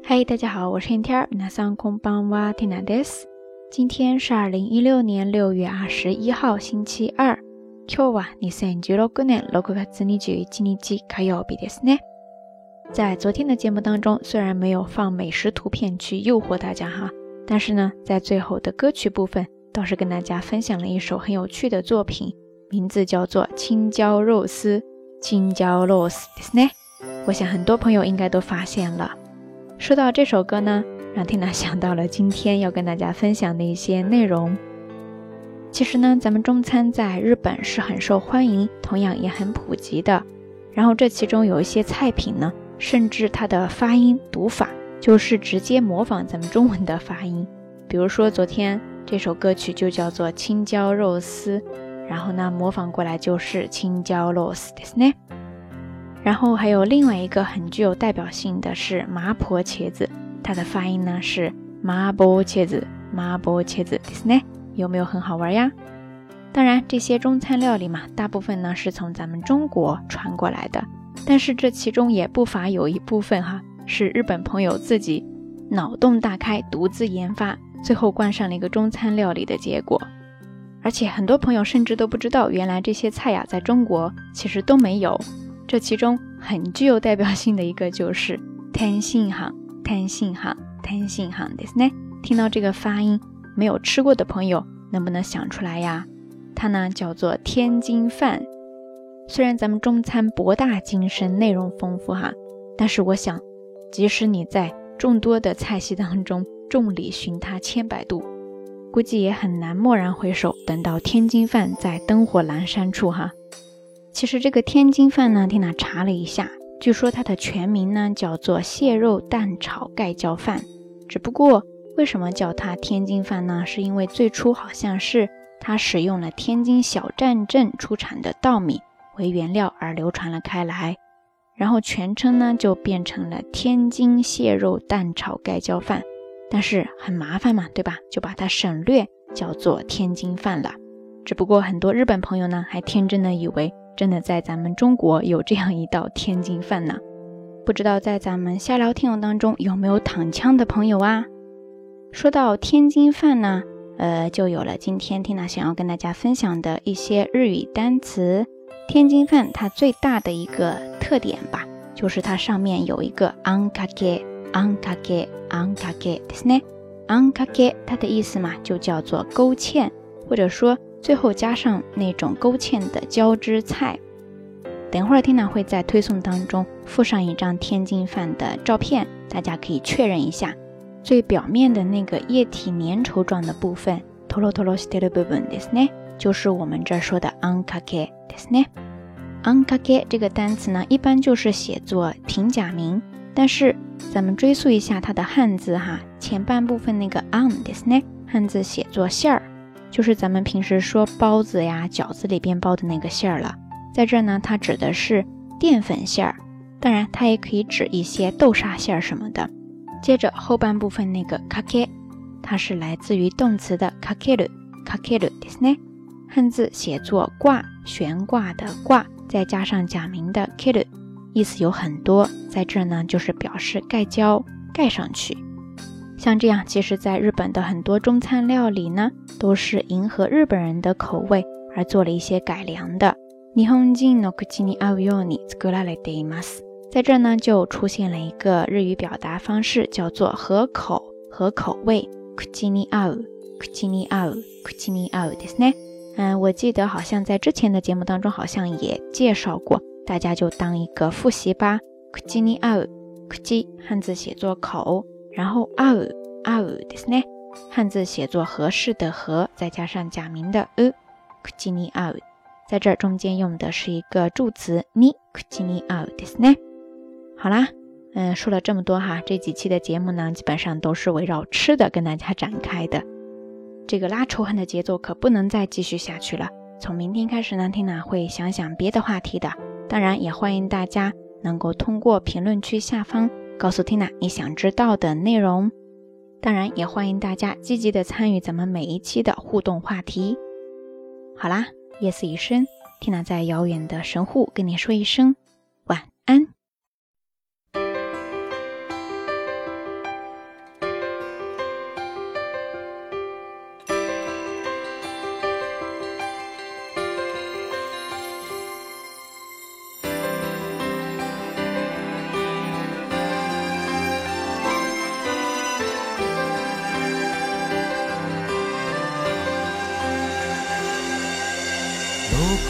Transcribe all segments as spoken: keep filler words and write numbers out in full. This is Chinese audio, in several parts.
嗨，大家好，我是天天，皆さんこんばんは、ティナです。今天是二零一六年六月二十一号，星期二。今日はにせんじゅうろくねんろくがつにじゅういちにち火曜日ですね。在昨天的节目当中，虽然没有放美食图片去诱惑大家哈，但是呢，在最后的歌曲部分，倒是跟大家分享了一首很有趣的作品，名字叫做青椒肉丝。青椒肉丝ですね。我想很多朋友应该都发现了。说到这首歌呢，让缇娜想到了今天要跟大家分享的一些内容。其实呢，咱们中餐在日本是很受欢迎，同样也很普及的。然后这其中有一些菜品呢，甚至它的发音读法就是直接模仿咱们中文的发音。比如说昨天这首歌曲就叫做青椒肉丝，然后呢模仿过来就是青椒肉丝ですね。然后还有另外一个很具有代表性的是麻婆茄子，它的发音呢是麻婆茄子，麻婆茄子ですね。有没有很好玩呀？当然这些中餐料理嘛，大部分呢是从咱们中国传过来的，但是这其中也不乏有一部分哈，是日本朋友自己脑洞大开，独自研发，最后冠上了一个中餐料理的结果。而且很多朋友甚至都不知道，原来这些菜呀在中国其实都没有。这其中很具有代表性的一个就是天津飯、天津飯、天津飯ですね。听到这个发音，没有吃过的朋友能不能想出来呀？它呢叫做天津饭。虽然咱们中餐博大精深，内容丰富哈，但是我想即使你在众多的菜系当中众里寻它千百度，估计也很难蓦然回首，等到天津饭在灯火阑珊处哈。其实这个天津饭呢，缇娜查了一下，据说它的全名呢叫做蟹肉蛋炒盖浇饭。只不过为什么叫它天津饭呢？是因为最初好像是它使用了天津小站镇出产的稻米为原料而流传了开来，然后全称呢就变成了天津蟹肉蛋炒盖浇饭，但是很麻烦嘛，对吧？就把它省略叫做天津饭了。只不过很多日本朋友呢还天真的以为真的在咱们中国有这样一道天津饭呢。不知道在咱们瞎聊听友当中有没有躺枪的朋友啊？说到天津饭呢，呃，就有了今天缇娜想要跟大家分享的一些日语单词。天津饭它最大的一个特点吧，就是它上面有一个あんかけ、あんかけ、あんかけですね。あんかけ它的意思嘛，就叫做勾芡，或者说最后加上那种勾芡的浇汁菜。等会儿缇娜会在推送当中附上一张天津饭的照片，大家可以确认一下。最表面的那个液体粘稠状的部分，トロトロしてる部分ですね，就是我们这儿说的あんかけですね。あんかけ这个单词呢，一般就是写作平假名，但是咱们追溯一下它的汉字哈，前半部分那个あんですね，汉字写作馅儿，就是咱们平时说包子呀、饺子里边包的那个馅儿了。在这呢，它指的是淀粉馅儿，当然它也可以指一些豆沙馅儿什么的。接着后半部分那个かけ，它是来自于动词的かける、かけるですね，汉字写作挂，悬挂的挂，再加上假名的ける，意思有很多，在这呢就是表示盖浇、盖上去。像这样，其实在日本的很多中餐料理呢，都是迎合日本人的口味而做了一些改良的。日本人の口に合うように作られています。在这呢就出现了一个日语表达方式，叫做合口、合口味。口に合う、口に合う、口に合うですね。嗯，我记得好像在之前的节目当中好像也介绍过，大家就当一个复习吧。口に合う、口汉字写作口，然后合う、合うですね，汉字写作合适的合，再加上假名的う、口に合う。在这中间用的是一个助词に、口に合うですね。好啦，嗯，说了这么多哈，这几期的节目呢，基本上都是围绕吃的跟大家展开的。这个拉仇恨的节奏可不能再继续下去了。从明天开始呢，缇娜会想想别的话题的。当然，也欢迎大家能够通过评论区下方告诉缇娜你想知道的内容。当然，也欢迎大家积极的参与咱们每一期的互动话题。好啦，夜色已深，缇娜在遥远的神户跟你说一声晚安。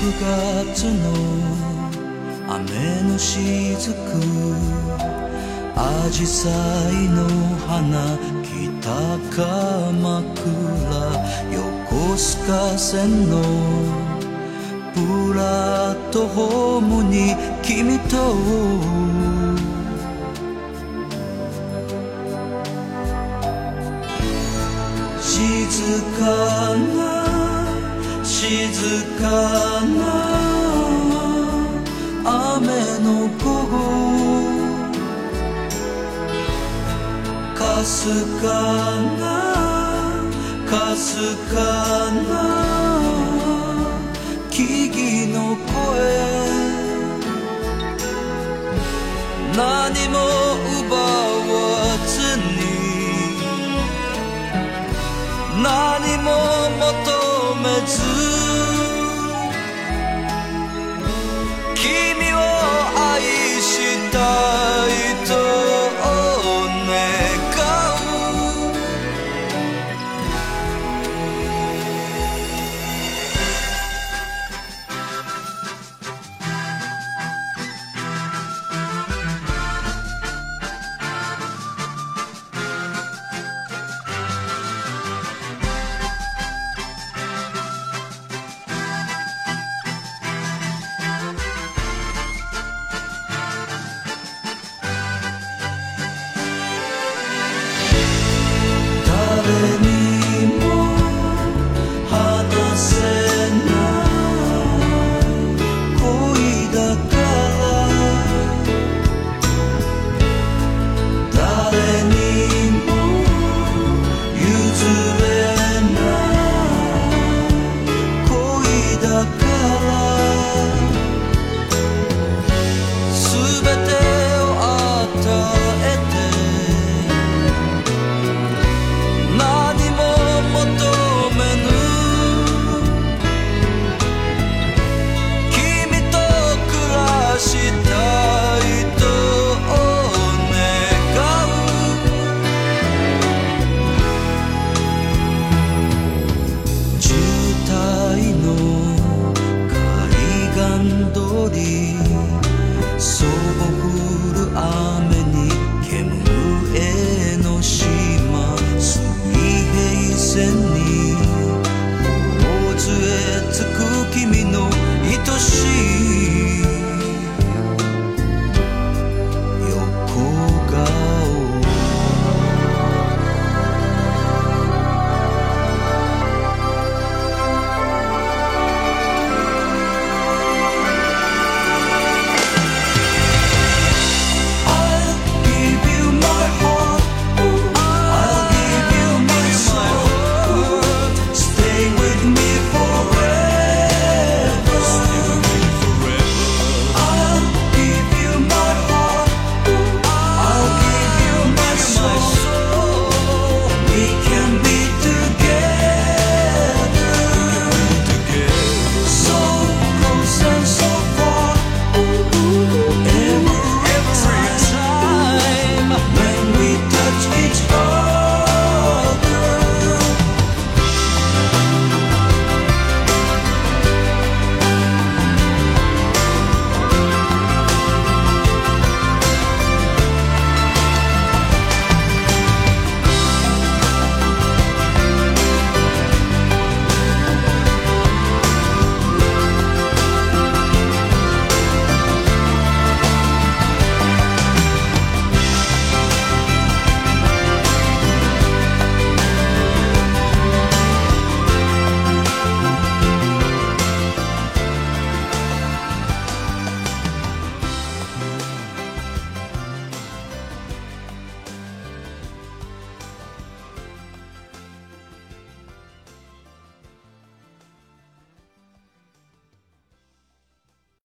くがつの雨のしずくアジサイの花北鎌倉横須賀線のプラットホームに君と静かな静かな雨の午後かすかなかすかな木々の声何も奪わずに何も求めず君を愛したい